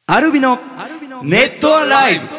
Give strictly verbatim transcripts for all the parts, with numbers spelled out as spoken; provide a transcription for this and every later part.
アルビのネットアライブ。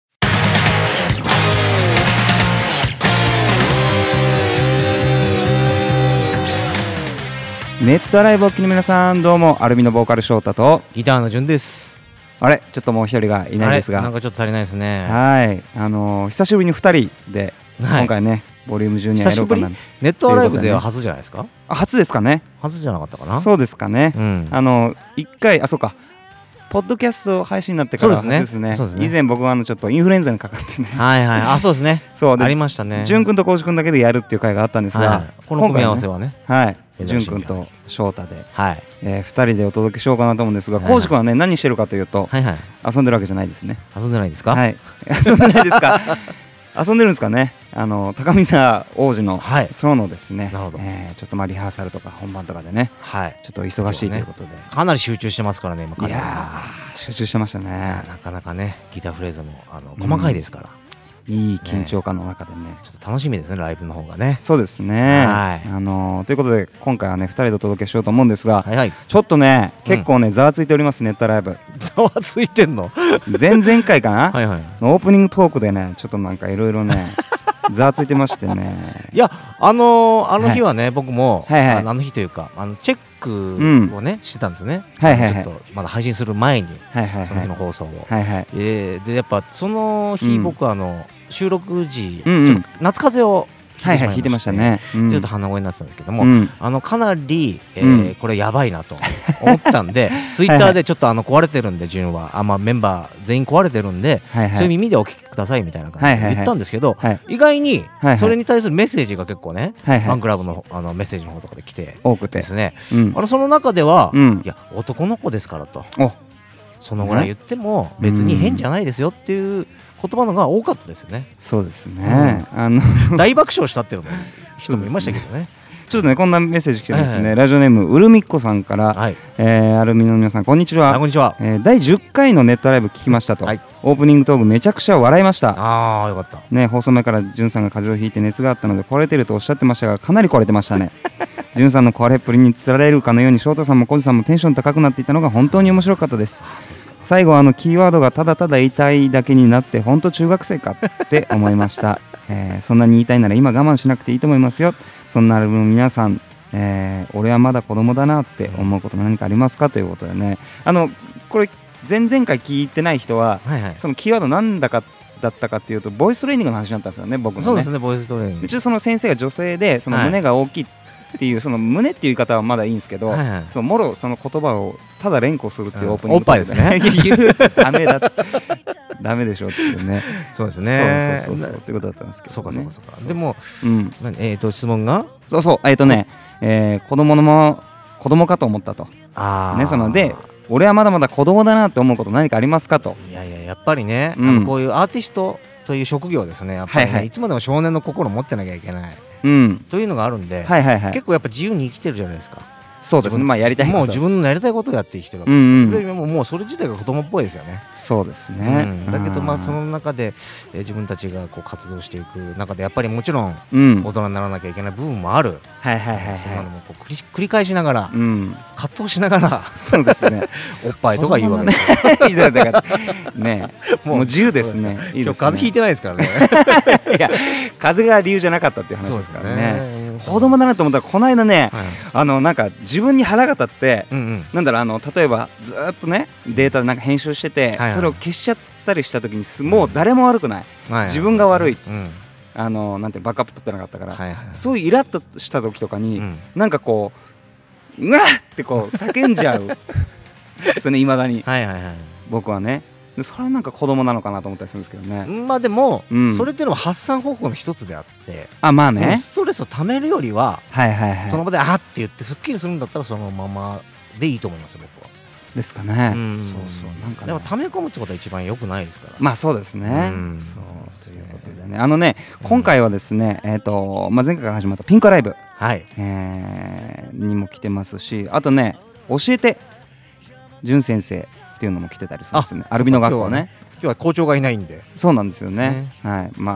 ネットアライブをお聞きの皆さん、どうもアルビのボーカル翔太とギターの順です。 あれちょっともう一人がいないですが、 なんかちょっと足りないですね。 はい、あのー、久しぶりにふたりで、はい、今回ねボリュームじゅうにはやろうかな。 ネットアライブでは初じゃないですか。 あ、初ですかね。 初じゃなかったかな。 そうですかね、うん、あのいっかい、あ、そうか、ポッドキャスト配信になってから初ですね。そうですね。以前僕はあのちょっとインフルエンザにかかってね。 はいはい。あ、そうですね。 そうでありましたね。 潤くんと浩司くんだけでやるっていう回があったんですが、 はい、この組み合わせはね。 はい。潤くんと翔太で、 はい、 えー、ふたりでお届けしようかなと思うんですが、浩司くんはね何してるかというと、はいはい、遊んでるわけじゃないですね。 遊んでないですか。 はい。遊んでないですか。遊んでるんですかね。あの高見沢王子のソロのですね、はい、えー、ちょっとまあリハーサルとか本番とかでね、はい、ちょっと忙しいということで、ね、 かなり集中してますからね今。 いやー集中してましたね。 なかなかねギターフレーズもあの細かいですから、 うん、いい緊張感の中でね、 ちょっと楽しみですね、ライブの方がね。 そうですね、はい、あのー、ということで今回はねふたりでお届けしようと思うんですが、はいはい、ちょっとね結構ね、うん、ざわついております。ネットライブざわついてんの。 前々回かなはい、はい、 のオープニングトークでねちょっとなんかいろいろねざわついてましてね。 いやあのー、あの日はね、はい、僕も、はいはい、あのあの日というかあのチェックをね、うん、してたんですね、はいはいはい、ちょっとまだ配信する前に、はいはいはい、その日の放送を、はいはい、えー、でやっぱその日、うん、僕はあの収録時、うんうん、ちょっと夏風邪をはいはい、聞いてましたね、 うん、ちょっと鼻声になってたんですけども、うん、あのかなり、えーうん、これやばいなと思ったんでツイッターでちょっとあの壊れてるんで順はあ、まあ、メンバー全員壊れてるんで、はいはい、そういう耳でお聞きくださいみたいな感じで言ったんですけど、はいはいはい、意外にそれに対するメッセージが結構ね、はいはい、ファンクラブ の, あのメッセージの方とかで来て多くてですね、うん、あのその中では、うん、いや男の子ですからとそのぐらい言っても別に変じゃないですよっていう言葉のが多かったですよね。 そうですね、うん、あの大爆笑したっていう人もいましたけどね。 ちょっとねこんなメッセージ来てですね、はいはい、ラジオネームうるみっこさんから、はい、えー、アルミの皆さんこんにちは。 こんにちは、 えー、だいじゅっかいのネットライブ聞きましたと、はい、オープニングトークめちゃくちゃ笑いました。 あーよかった、 ね、放送前からじゅんさんが風邪をひいて熱があったので壊れてるとおっしゃってましたがかなり壊れてましたね。じゅんさんの壊れっぷりにつられるかのように翔太さんも浩司さんもテンション高くなっていたのが本当に面白かったです。最後あのキーワードがただただ言いたいだけになって本当中学生かって思いました、えー、そんなに言いたいなら今我慢しなくていいと思いますよ。そんなアルバムの皆さん、えー、俺はまだ子供だなって思うこと何かありますかということでね、あのこれ前々回聞いてない人は、はいはい、そのキーワードなんだかだったかっていうとボイストレーニングの話になったんですよね、僕のね。 そうですね、ボイストレーニング。 一応その先生が女性でその胸が大きいっていう、はい、その胸っていう言い方はまだいいんですけど、はいはい、そのもろその言葉をただ連呼するっていうオープニング、 うん、おっぱいですね。 言うダメだっつってダメでしょっていうね。 そうですね。 そうそうそうそうってことだったんですけどね。 そうかそうかそうか。でも、うん、何えっ、ー、と質問がそうそうえっ、ー、とね、えー、子供のも子供かと思ったと。あねそので俺はまだまだ子供だなって思うこと何かありますかと。 いやいややっぱりね、うん、あのこういうアーティストという職業ですね。やっぱりね、はいはい、いつまでも少年の心を持ってなきゃいけない。うん、というのがあるんで、はいはいはい、結構やっぱ自由に生きてるじゃないですか。 そうですね、まあやりたいこともう自分のやりたいことをやって生きてるわけですから、うんうん、もうそれ自体が子供っぽいですよね。そうですね、うん、だけどまあその中で、えー、自分たちがこう活動していく中でやっぱりもちろん大人にならなきゃいけない部分もある、うん、はいはいはいはい、そんなのもこう繰り返しながら、うん、葛藤しながらそうですねおっぱいとか言うわけですよねもう自由ですね。いいですね。今日風邪ひいてないですからねいや風邪が理由じゃなかったっていう話ですからね。子供だなと思ったらこの間ね、はい、あのなんか自分に腹が立って、うんうん、なんだろうあの例えばずっとねデータでなんか編集してて、はいはい、それを消しちゃったりした時にもう誰も悪くない、うん、自分が悪い、うん、あのなんてバックアップ取ってなかったから、はいはい、そういうイラッとした時とかに、うん、なんかこううわっってこう叫んじゃうそれね未だに、はいはいはい、僕はねそれはなんか子供なのかなと思ったりするんですけどね。 まあでも、うん、それっていうのは発散方法の一つであって、 あまあね、 ストレスをためるよりは、はいはいはい、その場であって言ってすっきりするんだったらそのままでいいと思いますよ僕は。 ですかね。 うん、そうそうなんか、ね、でもため込むってことは一番良くないですから。 まあそうですね。うん、そうということでね、あのね今回はですね、えっ、ー、とまあ前回から始まったピンクライブ、はい、えー、にも来てますし、あとね教えて淳先生っていうのも来てたりするんですよね。アルビノ学校ね。 今日は校長がいないんで。 そうなんですよね。ね、はい、まあ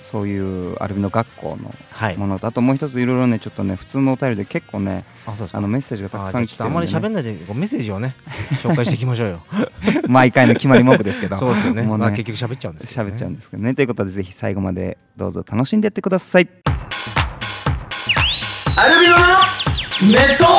そういうアルビノ学校のものと、はい、あともう一ついろいろねちょっとね普通のお便りで結構ね あ, あのメッセージがたくさん来てるんで、ね、 あ, あんまり喋んないでメッセージをね紹介していきましょうよ毎回の決まり文句ですけどそうですよね、もうね、まあ、結局喋っちゃうんですけどね喋っちゃうんですけどね。ということでぜひ最後までどうぞ楽しんでいってください。アルビノのネット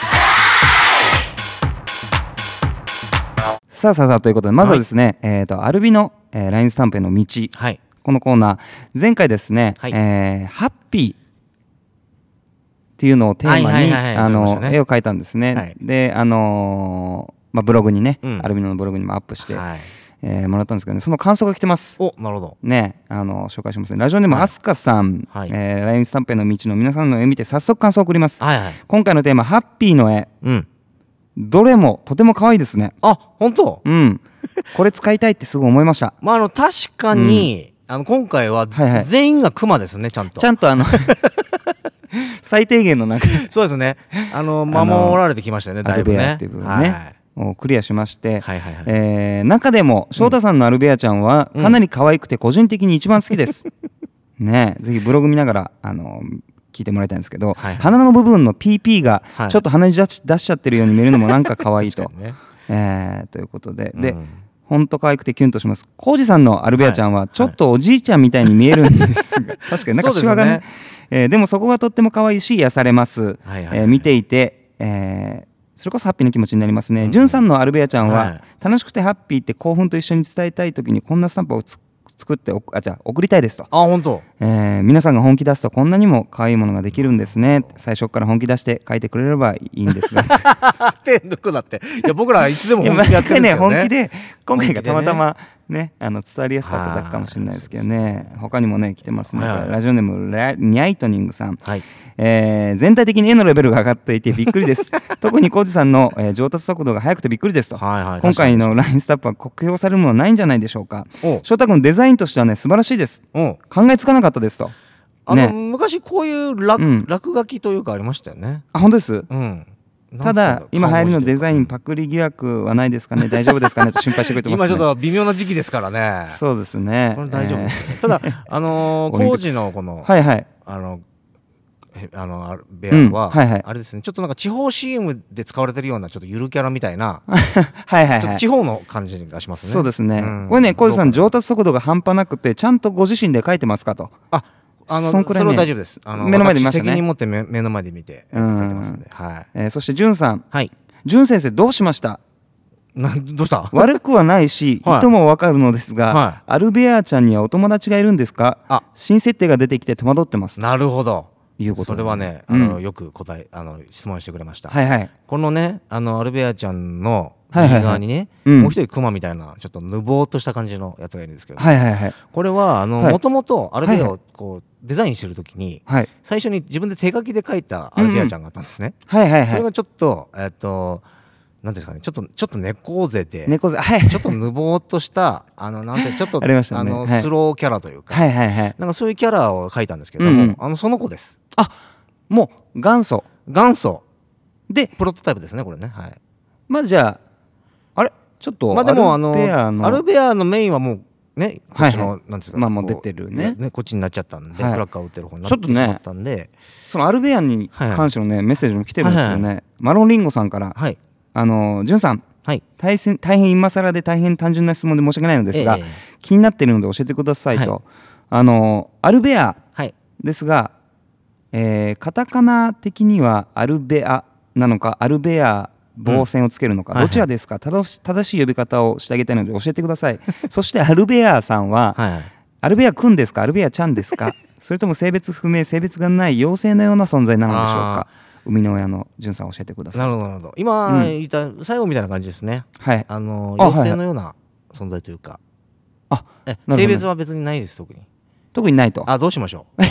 さあさあさあということでまずはですね、はい、えー、とアルビノ、えー、ラインスタンプへの道、はい、このコーナー前回ですね、はい、えー、ハッピーっていうのをテーマに絵を描いたんですね、はい、であのーまあ、ブログにね、うん、アルビノのブログにもアップして、はい、えー、もらったんですけどね、その感想が来てます。 お、なるほどね、あの紹介しますね。ラジオネームアスカさん、はい、えー、ラインスタンプへの道の皆さんの絵を見て早速感想を送ります、はいはい、今回のテーマハッピーの絵、うん、どれもとても可愛いですね。 あ、本当？ うん。これ使いたいってすぐ思いました。 まああの確かに、うん、あの今回は全員がクマですね、ちゃんと。 ちゃんとあの最低限の中そうですね。あの守られてきましたよね、だいぶね。アルベアっていう部分ね。はい、クリアしまして、はいはいはい、えー、中でも翔太さんのアルベアちゃんはかなり可愛くて個人的に一番好きです。うん、ね、ぜひブログ見ながらあの聞いてもらいたいんですけど、はいはい、鼻の部分の ピーピー がちょっと鼻に出し、出しちゃってるように見えるのもなんか可愛いと、ね、えー、ということで、うん、でほんと可愛くてキュンとします。コウジさんのアルベアちゃんはちょっとおじいちゃんみたいに見えるんですが、はい、確かになんかシワがね、えー、でもそこがとっても可愛いし癒されます、はいはいはい、えー、見ていて、えーそれこそハッピーな気持ちになりますね。じゅんさんのアルベアちゃんは、はい、楽しくてハッピーって興奮と一緒に伝えたいときにこんなスタンプをつ作っておあじゃあ送りたいですと。 あ、本当、 えー、皆さんが本気出すとこんなにも可愛いものができるんですね。最初から本気出して書いてくれればいいんですが手抜くなって。いや僕らいつでも本気でやってるんですけどね。 本気で今回がたまたまね、あの伝わりやすかっただけかもしれないですけどね。他にもね来てますね、はいはい、ラジオネームラニャイトニングさん、はい、えー、全体的に絵のレベルが上がっていてびっくりです特にコウジさんの、えー、上達速度が速くてびっくりですと、はいはい、今回のラインスタンプは酷評されるものはないんじゃないでしょうか。翔太君デザインとしてはね素晴らしいです。考えつかなかったですと。 あの、ね、昔こういう 落,、うん、落書きというかありましたよね。 あ、本当です、うん、ただ今流行りのデザインパクリ疑惑はないですかね、大丈夫ですかねと心配してくれてますね。 今ちょっと微妙な時期ですからね。 そうですね、 これ大丈夫ですよね、えー、ただあのー、工事のこのはいはいあのあのベアは、うん、はいはい、あれですね、ちょっとなんか地方 シーエム で使われてるようなちょっとゆるキャラみたいなはいはい、はい、ちょっと地方の感じがしますね。 そうですね、うん、これね、コウジさん上達速度が半端なくてちゃんとご自身で書いてますかと。 あ、あの そ, それは大丈夫です。あの目の前で見ましたね。 責任持って 目, 目の前で見て書いてますんで、はい、 えー、そしてじゅんさん、はい、じゅん先生どうしました。 などうした悪くはないし、はい、意図もわかるのですが、はい、アルベアちゃんにはお友達がいるんですか。あ、新設定が出てきて戸惑ってます。 なるほど、 いうこと。 それはね、あの、うん、よく答えあの質問してくれました。はいはい、このね、あのアルベアちゃんの右側にね、はいはいはい、もう一人クマみたいなちょっとぬぼーっとした感じのやつがいるんですけど、はいはいはい、これはあのもともとアルベアをこう、はいはい、デザインしてるときに、はい、最初に自分で手書きで描いたアルベアちゃんがあったんですね。うんうん、はいはいはい、それがちょっとえっとなんですかね、ちょっとちょっと猫背で、猫背、はい、ちょっとぬぼーっとしたあのなんてちょっとあ、ね、あのスローキャラというか、はいはいはい、なんかそういうキャラを描いたんですけども、うんうん、あのその子です。 あ、もう元祖元祖でプロトタイプですねこれね。はい、 まあじゃああれちょっとまあでもあのアルベアのメインはもうねこっちの、はいはい、なんですか、 まあもう出てる ね, ねこっちになっちゃったんで、はい、クラッカー打ってる方になってしまったんで、ね、 そのアルベアに関してのね、はい、メッセージも来てるんですよね。はいはい、マロンリンゴさんから、はい、あのじゅんさん、はい、大, 大変今更で大変単純な質問で申し訳ないのですが、えー、気になっているので教えてくださいと、はい、あのアルベアですが、はい、えー、カタカナ的にはアルベアなのかアルベア棒線をつけるのか、うん、どちらですか。正し、正しい呼び方をしてあげたいので教えてくださいそしてアルベアさんは、はい、アルベアくんですかアルベアちゃんですかそれとも性別不明性別がない妖精のような存在なのでしょうか。生みの親のじゅんさん教えてください。 なるほどなるほど。今言った、うん、最後みたいな感じですね。はい、あの妖精のような存在というか、あ、え性別は別にないです。特に特にないと。 あ、どうしましょう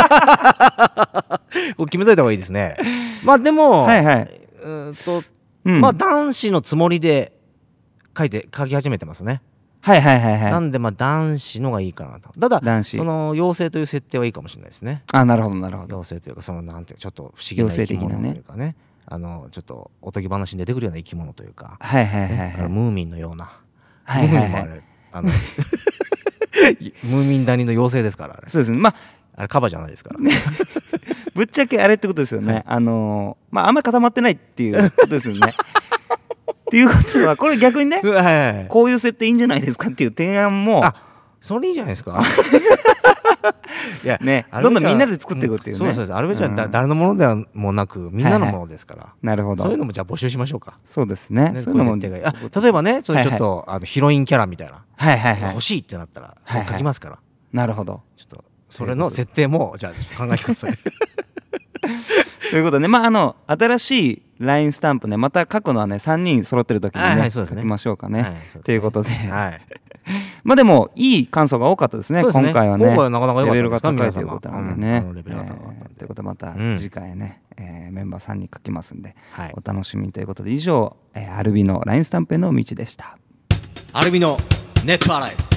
これ決めといた方がいいですね。まあでも、はいはい、うーんと、うん、まあ男子のつもりで書いて書き始めてますね。はいはいはいはい。なんでまあ男子のがいいかなと。ただ男子その妖精という設定はいいかもしれないですね。 あ、なるほどなるほど。 妖精というかそのなんていうちょっと不思議な生き物というかね、ね、あのちょっとおとぎ話に出てくるような生き物というか、はいはいはいはい、ね、ムーミンのような、はいはいはい、ムーミンもあれあのムーミン谷の妖精ですからね。 そうですね。まああれカバじゃないですからぶっちゃけあれってことですよね、はい、あのー、まああんまり固まってないっていうことですよねっていうことはこれ逆にね、はいはいはい、こういう設定いいんじゃないですかっていう提案も、 あ、それいいじゃないですかいやね、どんどんみんなで作っていくっていうね、 うん、そうです。アルベちゃんは誰のものではもなくみんなのものですから、はいはい、 なるほど。 そういうのもじゃあ募集しましょうか。 そうですね、 ね、そういうのもあ、例えばね、そういうちょっと、はいはい、あのヒロインキャラみたいな、はいはいはい、欲しいってなったら、はいはい、書きますから。 なるほど。 ちょっとそれの設定もじゃあ考えてくださいということで、まああの新しいラインスタンプね、また書くのはねさんにん揃ってる時にね、はいはい、そうですね、書きましょうかね、はい、ということで、はい、まあでもいい感想が多かったですね、今回はね。 今回はなかなか良かったですか、 レベルが高いということなんでね、 うん、レベルが高かったんで、 えー、ということでまた次回ね、うん、えー、メンバーさんにん書きますんで、はい、お楽しみにということで、以上、えー、アルビのラインスタンプへの道でした。 アルビのネットアライブ。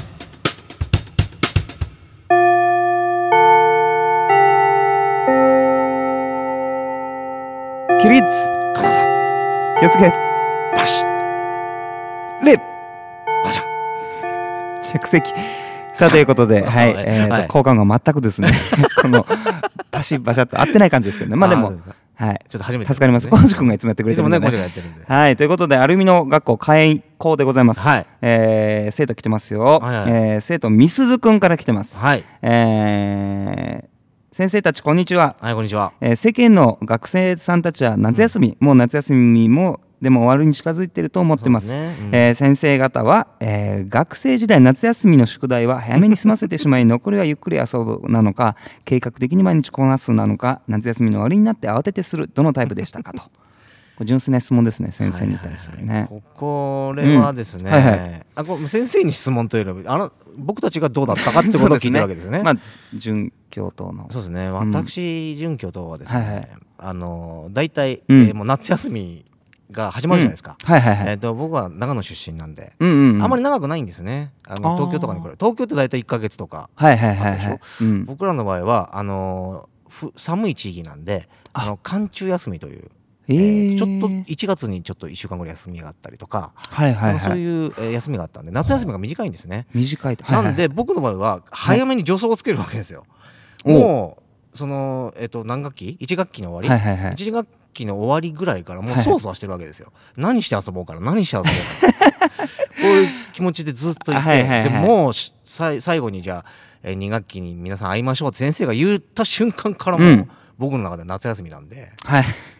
起立、気をつけ、 パシッ、レッ、 バシャ、 着席。さあということで、はい、えーと、効果音が全くですねこのパシッバシャッと合ってない感じですけどね、まあでも、はい、 ちょっと初めて助かります。コウジ君がいつもやってくれてるんでね。はい、ということでアルミの学校開校でございます。はい、えー、生徒来てますよ。はいはい、えー、生徒みすずくんから来てます。はい、えー、先生たちこんにちは。 はい、こんにちは。 えー、世間の学生さんたちは夏休み、うん、もう夏休みもでも終わるに近づいていると思ってます。ね、うん、えー、先生方は、えー、学生時代夏休みの宿題は早めに済ませてしまい残りはゆっくり遊ぶなのか、計画的に毎日こなすなのか、夏休みの終わりになって慌ててするどのタイプでしたかと純粋な質問ですね、先生に対するね。はいはいはい、 これはですね、うん、はいはい、あ、これ先生に質問というよりあの僕たちがどうだったかってことを聞いてるわけですよね。 まあ、准教頭のそうですね、私、准教頭はですね、はいはい、あの大体、うん、えー、もう夏休みが始まるじゃないですか。えと僕は長野出身なんで、うんうんうん、あまり長くないんですね。あの東京とかにこれ東京って大体いっかげつとかあったでしょ。僕らの場合はあのふ寒い地域なんで、あの寒中休みという、えー、ちょっといちがつにちょっといっしゅうかんぐらい休みがあったりとか、はいはいはい、そういう、えー、休みがあったんで夏休みが短いんですね。 短い、 はいはい、なんで僕の場合は早めに助走をつけるわけですよ。はい、もうその、えー、と何学期いち学期の終わり、はいはいはい、いち学期の終わりぐらいからもうそわそわしてるわけですよ。はいはい、何して遊ぼうかな何して遊ぼうかなこういう気持ちでずっといて、はいはいはい、でもう最後にじゃあ、えー、に学期に皆さん会いましょうって先生が言った瞬間からもう、うん、僕の中で夏休みなんで、はい、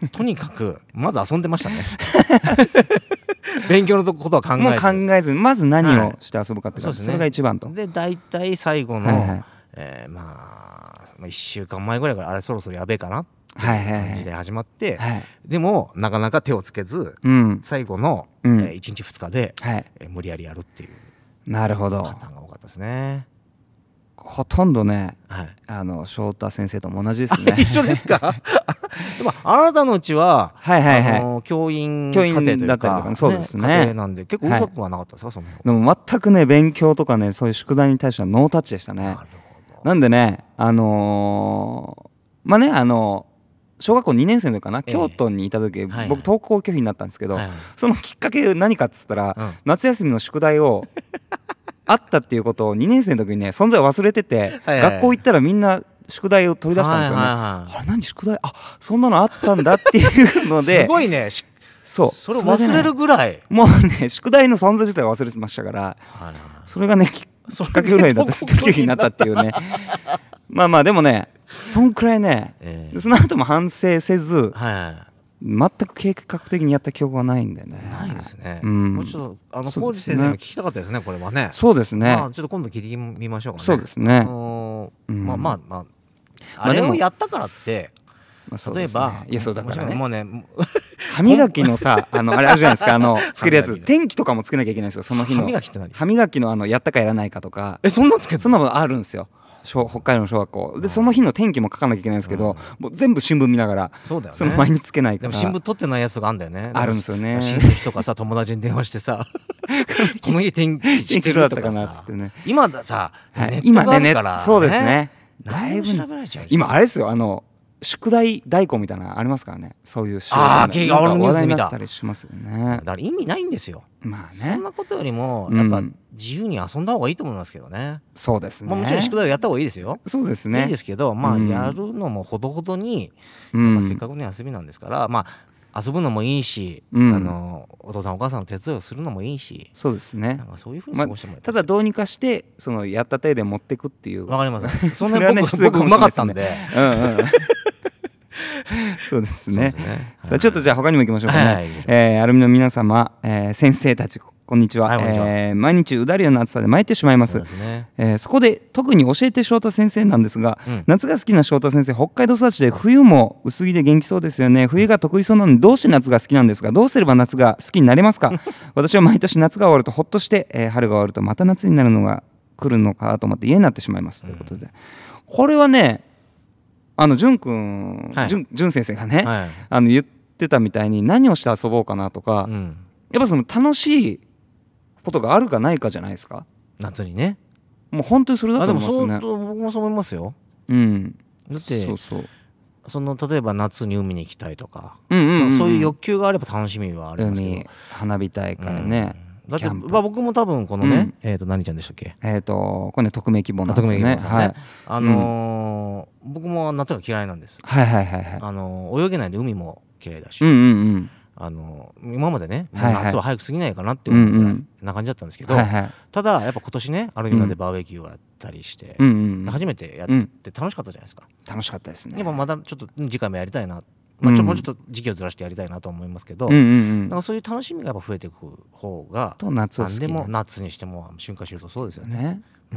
とにかくまず遊んでましたね勉強のことは考えず、 もう考えずにまず何をして遊ぶかっていう、はい、それが一番と。 で大体最後の、はいはい、えー、まあいっしゅうかんまえぐらいからあれそろそろやべえかなっていう感じで始まって、はいはいはい、でもなかなか手をつけず、うん、最後の、うん、えー、いちにちふつかで、はい、えー、無理やりやるっていうなるほどパターンが多かったですね。 ほとんどね、はい、あの翔太先生とも同じですね。 一緒ですかでもあなたのうちは、はいはいはい、あの教員家庭というか、だったりとか、ね、 そうですね、 家庭なんで結構うざくはなかったですか、はい、そのでも全くね勉強とかねそういう宿題に対してはノータッチでしたね。なるほど。なんでねあのー、まあねあのー小学校にねん生の時かな、えー、京都にいた時、はいはい、僕登校拒否になったんですけど、はいはい、そのきっかけ何かっつったら、うん、夏休みの宿題をあったっていうことをにねん生の時にね存在忘れてて、はいはい、学校行ったらみんな宿題を取り出したんですよね。はいはいはい、あれ何宿題、あそんなのあったんだっていうのですごいね。 そうそれを忘れるぐらい、ね、 もうね宿題の存在自体忘れてましたから、それがねきっかけぐらいだった拒否になったっていうねまあまあでもねそんくらいね、えー、その後も反省せず、はい、全く計画的にやった記憶はないんだよね。 ないですね、うん、もうちょっとあの浩二先生も聞きたかったですねこれはね。 そうですね、 まあ、ちょっと今度聞いてみましょうかね。 そうですね、 あのーうん、まあまあまああれをやったからって、まあね、例えばいやそうだからね、 もうね歯磨きのさあのあれあるじゃないですかあのつけるやつ天気とかもつけなきゃいけないんですよその日の。 歯磨きって何？ 歯磨きのあのやったかやらないかとか。 えそんなつけそんなのあるんですよ北海道の小学校で。その日の天気も書かなきゃいけないんですけど、うん、もう全部新聞見ながら そ, うだよ、ね、その前につけないから。 でも新聞取ってないやつがあるんだよね。 あるんですよね。 親戚とかさ友達に電話してさこの日天気してるとかさっつって、ね、 今ださ、 はい、 ネットがあるから、ね、 今ねそうですね。 だいぶ調べられちゃう。 今あれですよあの宿題代行みたいなのありますからね。そういう仕事あーなんか話題になったりしますよね。 だから意味ないんですよ。 まあね、 そんなことよりもやっぱ自由に遊んだ方がいいと思いますけどね。 そうですね、 まあ、もちろん宿題をやった方がいいですよ。 そうですね、 いいですけど、まあ、やるのもほどほどに、うん、せっかくの休みなんですから、まあ、遊ぶのもいいし、うん、あのお父さんお母さんの手伝いをするのもいいし、 そうですね、 なんかそういうふうに過ごしてもらいたい、 まあ、ただどうにかしてそのやった手で持っていくっていう。 わかります。そんなに 僕, 僕うまかったんでうんうんそうですね。さあちょっとじゃあ他にも行きましょうかね。はい、えー、アルミの皆様、えー、先生たちこんにちは。はい、えー、毎日うだるような暑さで参ってしまいます。そうですね。えー、そこで特に教えて翔太先生なんですが、うん、夏が好きな翔太先生、北海道育ちで冬も薄着で元気そうですよね。冬が得意そうなのにどうして夏が好きなんですか。どうすれば夏が好きになれますか。私は毎年夏が終わるとほっとして、えー、春が終わるとまた夏になるのが来るのかと思って家になってしまいます、うん、ということで、これはね、あの淳君、はい、淳, 淳先生がね、はい、あの言ってたみたいに何をして遊ぼうかなとか、うん、やっぱその楽しいことがあるかないかじゃないですか、 夏にね。 もう本当にそれだと思いますね。 あでもそう僕もそう思いますよ、 うん、 だってそうそう、 その例えば夏に海に行きたいとか、うんうんうんうん、そういう欲求があれば楽しみはありますけど、 海花火大会ね、 うん、だって、まあ、僕も多分このね、うん、えー、と何ちゃんでしたっけ、 えー、とこれね匿名希望なんですよね。はい、 あのーうん、僕も夏が嫌いなんです。 はいはいはいはい、 あのー、泳げないで海も嫌いだし、 うんうんうん、あの今までね、はいはい、夏は早く過ぎないかなっていうぐらいな感じだったんですけど、はいはい、ただやっぱ今年ねアルミナでバーベキューをやったりして、うんうん、初めてやって楽しかったじゃないですか。 楽しかったですね。 やっぱまたちょっと次回もやりたいな、まあ、ちょもうちょっと時期をずらしてやりたいなと思いますけど、うんうんうん、なんかそういう楽しみがやっぱ増えていく方がと夏を好き何でも夏にしても春夏秋冬そうですよね。ね、 うんうん、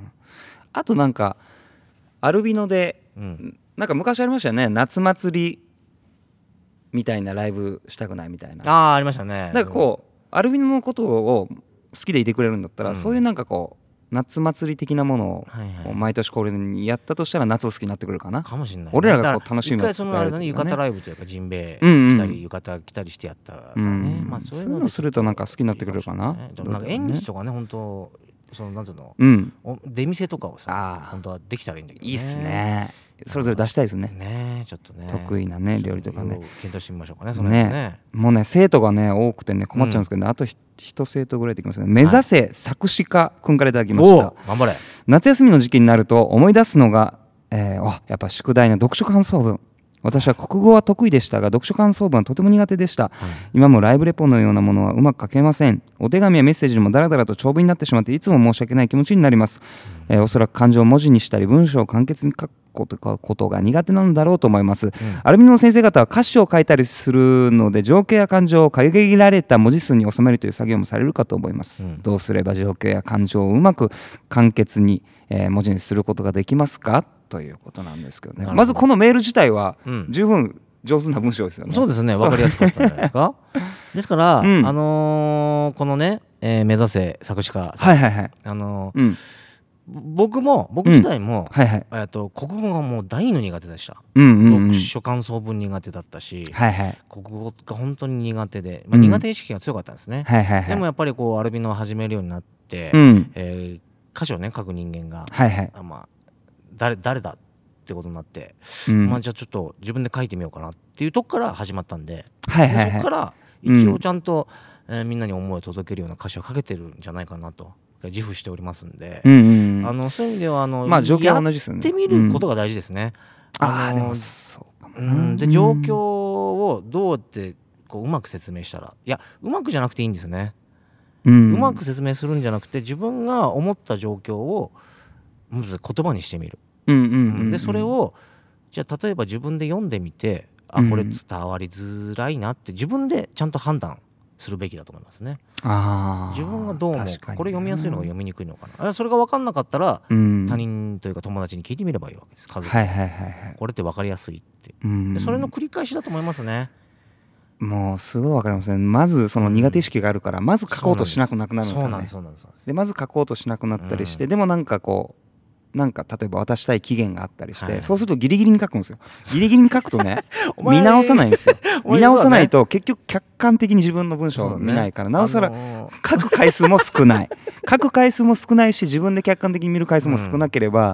あとなんかアルビノで、うん、なんか昔ありましたよね、夏祭りみたいなライブしたくないみたいな。 あーありましたね。 なんかこうアルビノのことを好きでいてくれるんだったら、うん、そういうなんかこう夏祭り的なものを毎年これにやったとしたら夏を好きになってくるかな。 かもしれない、ね、 俺らがこう楽しみを一回そのあれだね、浴衣ライブというかジンベエ来たり、うんうん、浴衣着たりしてやったらね、うんまあ、そういうのするとなんか好きになってくるかな。 ね、なんか縁日とかね本当そのなんていうの、うん、出店とかをさ本当はできたらいいんだけどね。 いいっすね。それぞれ出したいですね。 ねちょっとね得意なね料理とかね検討してみましょうかね。そのねねもうね生徒がね多くてね困っちゃうんですけどね、うん、あと一生徒ぐらいできますね。目指せ作詞家くんからいただきました。 頑張れ。 夏休みの時期になると思い出すのが、えー、おやっぱ宿題の読書感想文。私は国語は得意でしたが読書感想文はとても苦手でした、はい、今もライブレポのようなものはうまく書けません。お手紙やメッセージでもだらだらと長文になってしまっていつも申し訳ない気持ちになります、うんえー、おそらく感情を文字にしたり文章を簡潔に書くことが苦手なのだろうと思います、うん、アルミノの先生方は歌詞を書いたりするので情景や感情を限られた文字数に収めるという作業もされるかと思います、うん、どうすれば情景や感情をうまく簡潔に、えー、文字にすることができますかということなんですけどね。まずこのメール自体は十分上手な文章ですよね、 うん、そうですね、分かりやすかったんじゃないですかですから、うん、あのー、このね、えー、目指せ作詞家さん、はいはいはい、あのーうん、僕も僕自体も、うんはいはい、えー、と国語がもう大の苦手でした、うんうんうん、読書感想文苦手だったし、はいはい、国語が本当に苦手で、まあ、苦手意識が強かったんですね、うんはいはいはい、でもやっぱりこうアルビノを始めるようになって、うんえー、歌詞をね書く人間が、はいはいあまあ、誰, 誰だってことになって、うんまあ、じゃあちょっと自分で書いてみようかなっていうとこから始まったん で,、はいはいはい、でそこから一応ちゃんと、うんえー、みんなに思いを届けるような歌詞を書けてるんじゃないかなと自負しておりますんで、うんうんうん、あのそういう意味ではあの、まあ、状況は同じですよね、やってみることが大事ですね、うん、ああのー、でもそうかもな、うん、で状況をどうやってこううまく説明したら、いやうまくじゃなくていいんですね、うん、うまく説明するんじゃなくて自分が思った状況をまず言葉にしてみる、うんうんうんうん、でそれをじゃあ例えば自分で読んでみて、あこれ伝わりづらいなって自分でちゃんと判断するべきだと思いますね。あ自分がどう思うか、これ読みやすいのか読みにくいのかな、それが分かんなかったら、うん、他人というか友達に聞いてみればいいわけです。家族、はいはいはいはい、これって分かりやすいって、うん、でそれの繰り返しだと思いますね。 もうすごい分かりますね。まずその苦手意識があるから、うん、まず書こうとしなくなくなるんですよね。そうなんですそうなんですそうなんです。でまず書こうとしなくなったりして、うん、でもなんかこうなんか例えば渡したい期限があったりして、はい、そうするとギリギリに書くんですよ。ギリギリに書くとね見直さないんですよ見直さないと結局客観的に自分の文章を見ないから、ね、なおさら、あのー、書く回数も少ない書く回数も少ないし自分で客観的に見る回数も少なければ、うん、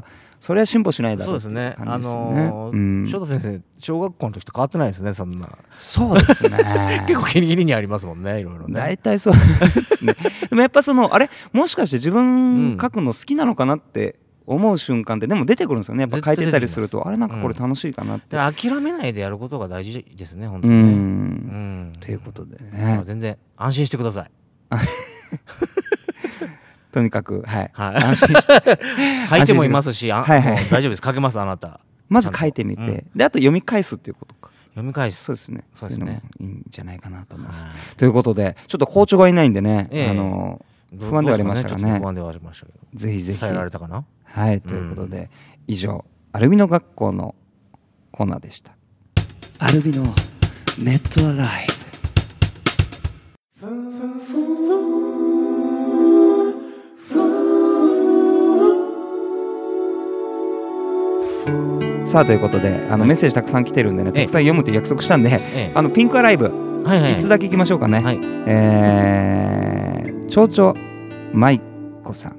それは進歩しないだろうそうですね。 あの翔太先生小学校の時と変わってないですね、そんな。 そうですね結構ギリギリにありますもんね、いろいろね。 大体そうですねでもやっぱそのあれもしかして自分書くの好きなのかなって思う瞬間ってでも出てくるんですよね。やっぱ書いてたりするとあれなんかこれ楽しいかなって、 うん、諦めないでやることが大事ですね、本当にね。うん、 ということでね、 全然安心してくださいとにかく、はい、 はい、安心して書いてもいますし、はいはい、大丈夫です、書けます、あなた。 まず書いてみて、うん、であと読み返すっていうことか。 読み返す、 そうですね、 そうですね、 いいんじゃないかなと思います。ということでちょっと校長がいないんでね、えー、あの不安ではありましたがね、 不安ではありましたけど、 ぜひぜひ伝えられたかな。 はい、ということで、うん、以上アルビノ学校のコーナーでした。アルビノネットアライブ。さあということであのメッセージたくさん来てるんでね、たくさん読むって約束したんで、ええ、あのピンクアライブ、はいはい、いつだけいきましょうかね、はい、えー、蝶々舞子さん、はい、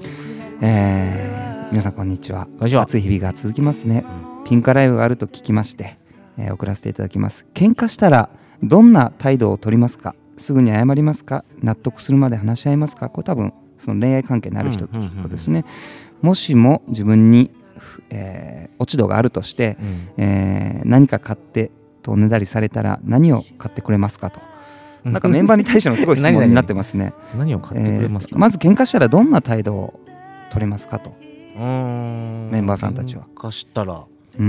えー、皆さんこんにちは。暑い日々が続きますね、うん、ピンクアライブがあると聞きまして、えー、送らせていただきます。喧嘩したらどんな態度を取りますか？すぐに謝りますか？納得するまで話し合いますか？これ多分その恋愛関係になる人ってことですね。もしも自分にえー、落ち度があるとして、うん、えー、何か買ってとおねだりされたら何を買ってくれますかと、なんかメンバーに対してのすごい質問になってますね何を買ってくれますか、 えー、まず喧嘩したらどんな態度を取りますかと、うーん、メンバーさんたちは。 喧嘩したら、 うん、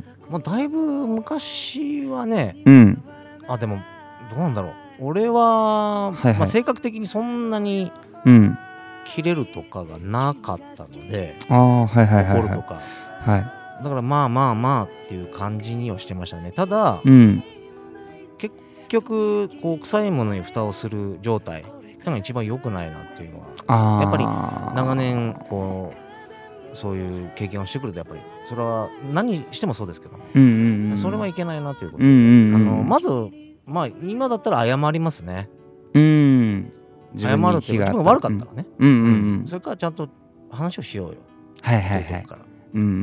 まあ、だいぶ昔はね、 うん、あでもどうなんだろう、俺は、はいはい、まあ、性格的にそんなに、 うん、 切れるとかがなかったので、 あ、はいはいはいはい、 怒るとか、 はい、 だからまあまあまあっていう感じにはしてましたね。ただ、 うん、 結局こう臭いものに蓋をする状態っていうのが一番良くないなっていうのは、やっぱり長年こうそういう経験をしてくると、やっぱりそれは何してもそうですけど、 うんうんうん、 それはいけないなということで、 うんうんうん、 あのまずまあ今だったら謝りますね。 うん、 謝るっていうことが悪かったらね、 うんうんうんうん、 それからちゃんと話をしようよ、 はいはいはい、うんうん、うん、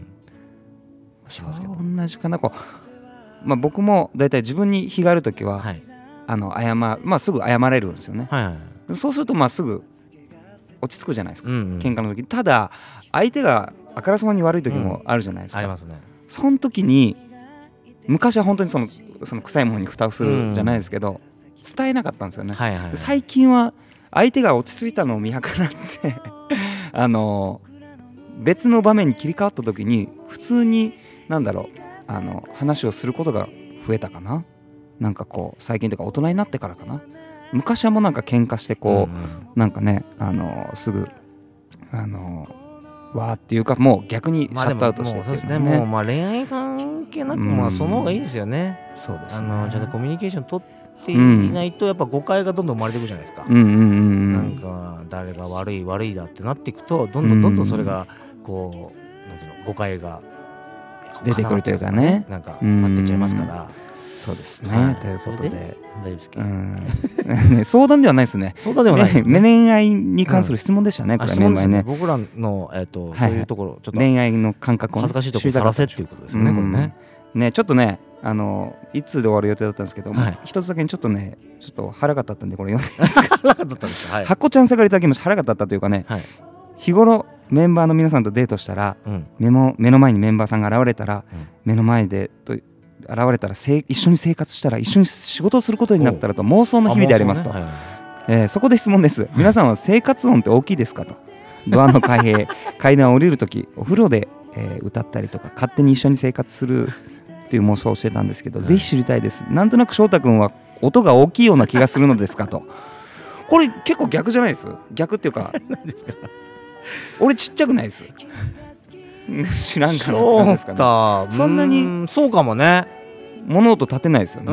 しますけど、 同じかな。こう、まあ、僕もだいたい自分に非があるときは、はい、あの謝、まあ、すぐ謝れるんですよね、はいはいはい、そうするとまあすぐ落ち着くじゃないですか、うんうん、喧嘩の時。ただ相手があからさまに悪い時もあるじゃないですか、 うん、ありますね。 その時に昔は本当にその、その臭いものに蓋をするじゃないですけど、うん、伝えなかったんですよね、はいはいはい、最近は相手が落ち着いたのを見計らってあの別の場面に切り替わった時に普通になんだろう、あの話をすることが増えたかな。なんかこう最近とか大人になってからかな。昔はもうなんか喧嘩してこう、うんうん、なんかね、あのすぐあのわーっていうか、もう逆にシャットアウトしてっていうのね、まあ、もうそうですね、もうまあ恋愛関係なく、まあその方がいいですよね。 そうですね、 あのちゃんとコミュニケーション取っていないとやっぱ誤解がどんどん生まれていくじゃないですか、うんうんうんうん、なんか誰が悪い悪いだってなっていくとどんどんどんどんそれがこうなんていうの、誤解が出てくるというかね、 なんか待ってっちゃいますから。 そうですね、はい、ということで、で大丈夫ですか、 うんね、相談ではないですね。 相談ではない、ね、 恋愛に関する質問でしたね、うん、これはメンバーね。 僕らの、えーとはい、そういうところちょっと恋愛の感覚を、 恥ずかしいところをさらせっていうことですね、うん、これね。 ね、ちょっとね、あのいつで終わる予定だったんですけども、はい、一つだけちょっとね、ちょっと腹が立ったんでこれ読んでいいですか。 腹が立ったんですか、はい、 ハコちゃんさがりだけも腹が立ったというかね、はい、日頃メンバーの皆さんとデートしたら、うん、目も目の前にメンバーさんが現れたら、うん、目の前でと現れたらせ一緒に生活したら一緒に仕事をすることになったらと妄想の日々でありますと、ね、はいはい、えー、そこで質問です、はい、皆さんは生活音って大きいですかと。ドアの開閉階段を降りるときお風呂で、えー、歌ったりとか勝手に一緒に生活するっていう妄想をしてたんですけど、はい、ぜひ知りたいです。なんとなく翔太君は音が大きいような気がするのですかと。これ結構逆じゃないです。逆っていうか何ですか。俺ちっちゃくないです。知らんからなんですかね。そんなにそうかもね。 物音立てないですよね、うん、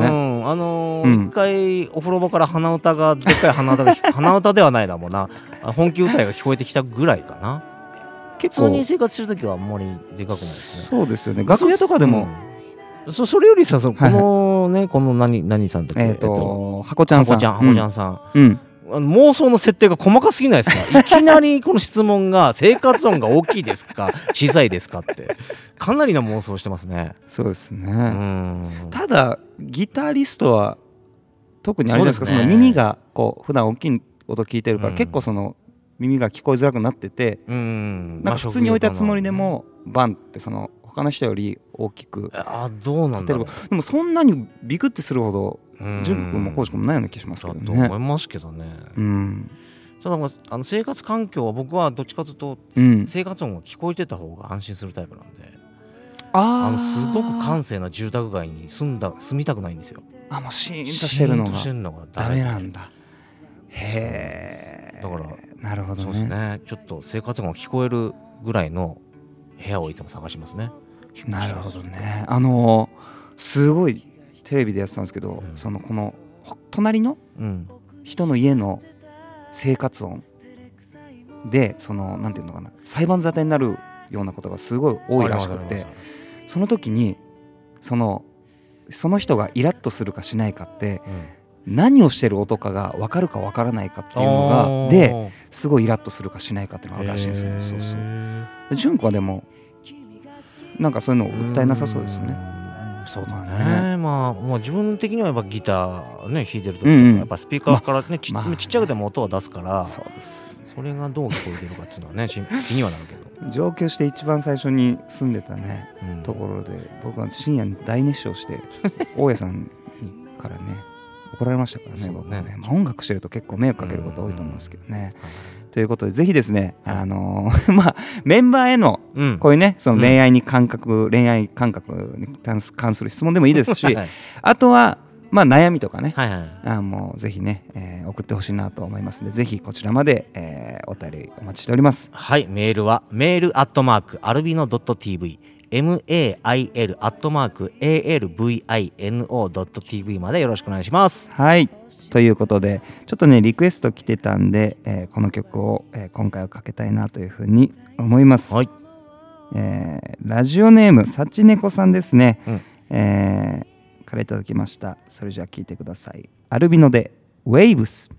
あのーうん、一回お風呂場から鼻歌がでっかい鼻歌が鼻歌ではないだもんな、本気歌いが聞こえてきたぐらいかな。結構普通に生活するときはあんまりでかくないですね。 そうですよね。楽屋とかでもそ, そ, それよりさ、そこのね、はいはい、この何何さんだっけ、 えーと、ハコちゃんさん、 ハコちゃん、ハコちゃんさん、 うん、 あの妄想の設定が細かすぎないですか。いきなりこの質問が生活音が大きいですか小さいですかってかなりの妄想してますね。 そうですね。うんただギタリストは特にあれじゃないですか、その耳がこう普段大きい音聞いてるから、うん、結構その耳が聞こえづらくなってて、うん、なんか普通に置いたつもりでもバンってその他の人より大きく、 あどうなんだろう。 でもそんなにビクってするほど純子君も浩司君もないような気しますけどね。 と思いますけどね。うん、ただあの生活環境は僕はどっちかというと、うん、生活音が聞こえてた方が安心するタイプなんで、あのすごく閑静な住宅街に住んだ住みたくないんですよ。 あもうシーンとしてるのがしてるのがダメなんだ。へえ。 だからなるほどね。 そうですね。ちょっと生活音が聞こえるぐらいの部屋をいつも探しますね。 なるほどね。あのー、すごいテレビでやってたんですけど、うん、そのこの隣の人の家の生活音でそのなんていうのかな裁判沙汰になるようなことがすごい多いらしくて、その時にそのその人がイラッとするかしないかって、うん、何をしてる音かが分かるか分からないかっていうのがですごいイラッとするかしないかっていうのがあるらしいんですよ。そうそう純子はでもなんかそういうのを訴えなさそうですよね。 そうだね。まあ、まあ自分的にはやっぱギターね弾いてる時とか、うんうん、やっぱスピーカーからね、まち、まあ、ちっちゃくても音を出すから、そうです、ね、それがどう聞こえてるかっていうのはね気にはなるけど。 上京して一番最初に住んでたね、うん、ところで僕は深夜に大熱唱して大家さんからね怒られましたからね。そうね、僕ね、まあ、音楽してると結構迷惑かけること多いと思うんですけどね。ということでぜひですね、あのー、まあメンバーへのこういうねその恋愛に感覚、うん、恋愛感覚に関する質問でもいいですし、はい、あとはまあ悩みとかね、はいはい、あもうぜひね、えー、送ってほしいなと思いますのでぜひこちらまで、えー、お便りお待ちしております。 はい、メールはメールアットマークアルビノドット ティーブイメール アットマーク エーエルブイアイエヌオードットティーブイ までよろしくお願いします。 はいということでちょっとねリクエスト来てたんで、えー、この曲を、えー、今回はかけたいなというふうに思います。はい、えー、ラジオネームさちねこさんですね、うんえー、からいただきました。それじゃあ聴いてください。アルビノでウェイブス。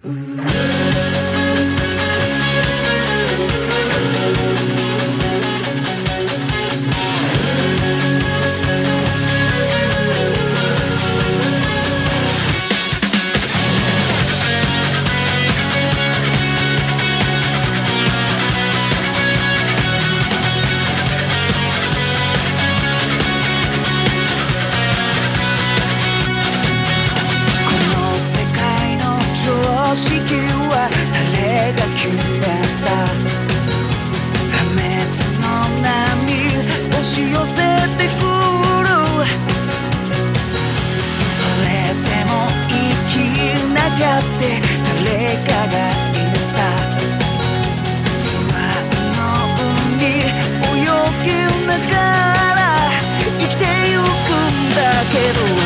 地球は誰が決めた破滅の波押し寄せてくる。それでも生きながって誰かがいた。不安の海泳ぎながら生きてゆくんだけど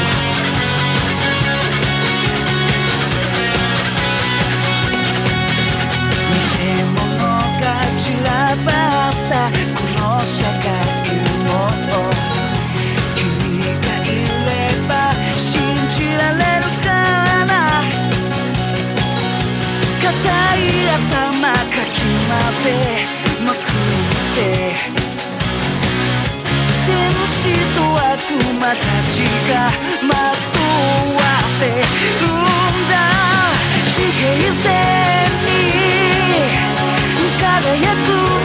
散らばったこの社会を君がいれば信じられるかな。硬い頭かき混ぜまくって天使と悪魔たちが惑わせるんだ。地平線に輝く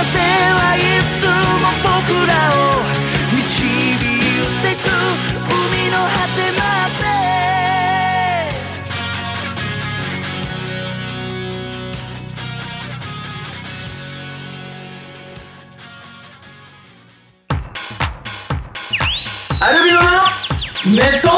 風はいつも僕らを導いてく海の果てまでアルビノのネット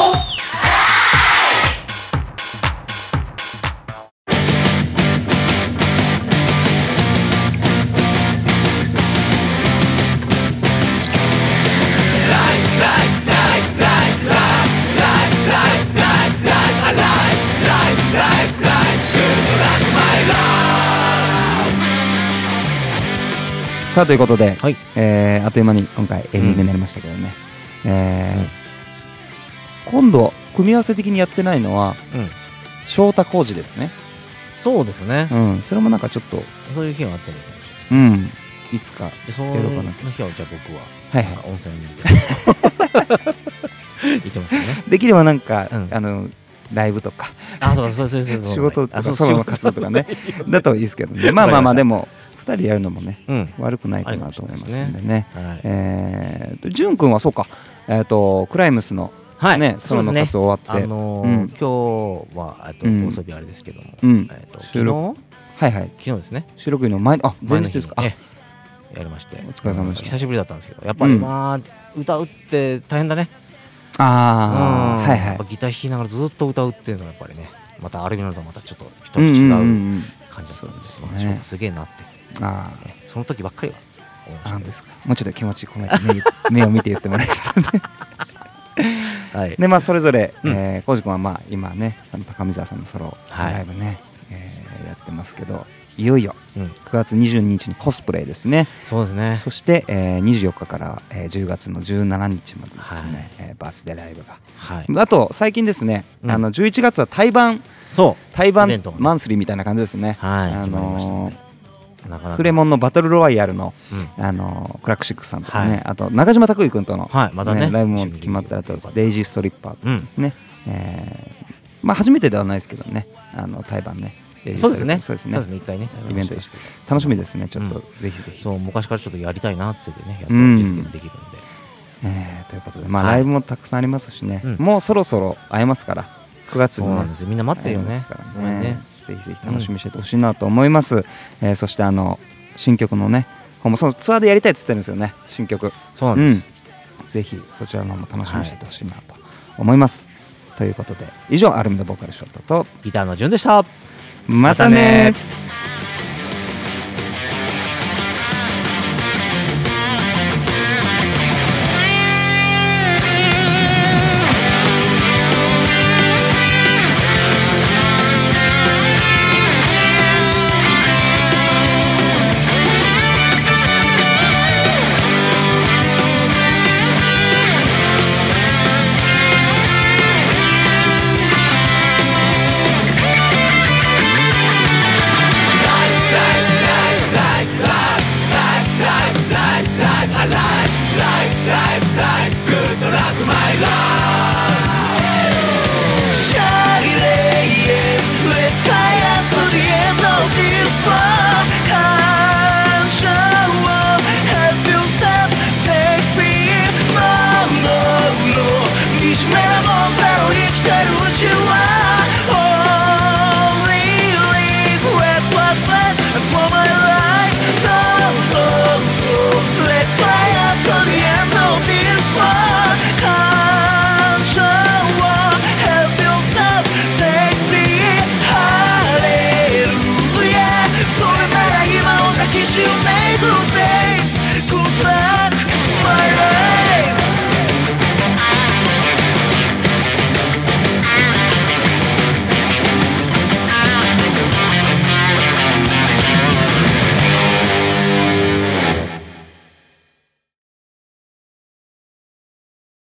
さあということで、 はい、 えー、あっという間に今回エンディングになりましたけどね、うん、えーうん、今度組み合わせ的にやってないのは、うん、翔太浩二ですね。 そうですね、 うん、それもなんかちょっとそういう日はあってるかもしれないですね、 うん、いつかでその日はじゃあ僕は、 はいはい、 温泉に行ってますよね。 できればなんか、うん、あのライブとかあそうそうそうそうそう仕事とかソロの活動とかねだといいですけどね。まあまあまあでもふたりでやるのもね、うん、悪くないかなと思いますんでね。はい、えー、ジュン君はそうか、えー、とクライムスのはいね、ソロの活動終わって、 あのーうん、今日はと放送日あれですけども、 うん、 えー、と収録はいはい昨日ですね、 収録日の前あ前日ですか、 やりまして、 お疲れ様でした。 久しぶりだったんですけど、やっぱりまあ、うん、歌うって大変だね。 ああ、はいはい。 やっぱギター弾きながらずっと歌うっていうのはやっぱりね、またアルビノとまたちょっと一味違う感じだったんです。まあ翔太すげえなって。ああ、その時ばっかりは思いました。 なんですか。もうちょっと気持ち込めて目を見て言ってもらえるとね。はい。でまあそれぞれコウジ君はまあ今ね、高見沢さんのソロライブねやってますけど、いよいよくがつにじゅうににちにコスプレですね。 そうですね。 そしてにじゅうよっかからじゅうがつのじゅうしちにちまでですね、バースデーライブが。あと最近ですね、あのじゅういちがつは対バン、 そう対バンマンスリーみたいな感じですね。あのクレモンのバトルロワイヤルのあのクラックシックスさんとかね、あと中島拓井君とのライブも決まったらとデイジーストリッパーですね。まあ初めてではないですけどね、あの対バンね。 そうですね。 そうですね。 一回ね、 イベントです。楽しみですね。ちょっとぜひぜひ。 そう昔からちょっとやりたいなって言ってね、やっと実現できるんで。 えということで、まあライブもたくさんありますしね。もうそろそろ会えますから、くがつに。 そうなんですよ。みんな待ってるよね。 ぜひぜひ楽しみにしててほしいなと思います。そしてあの新曲のね、そのツアーでやりたいって言ってるんですよね。新曲。 そうなんです。 ぜひそちらの方も楽しみにしててほしいなと思います。ということで以上アルミのボーカルショットとギターの順でした。 またね。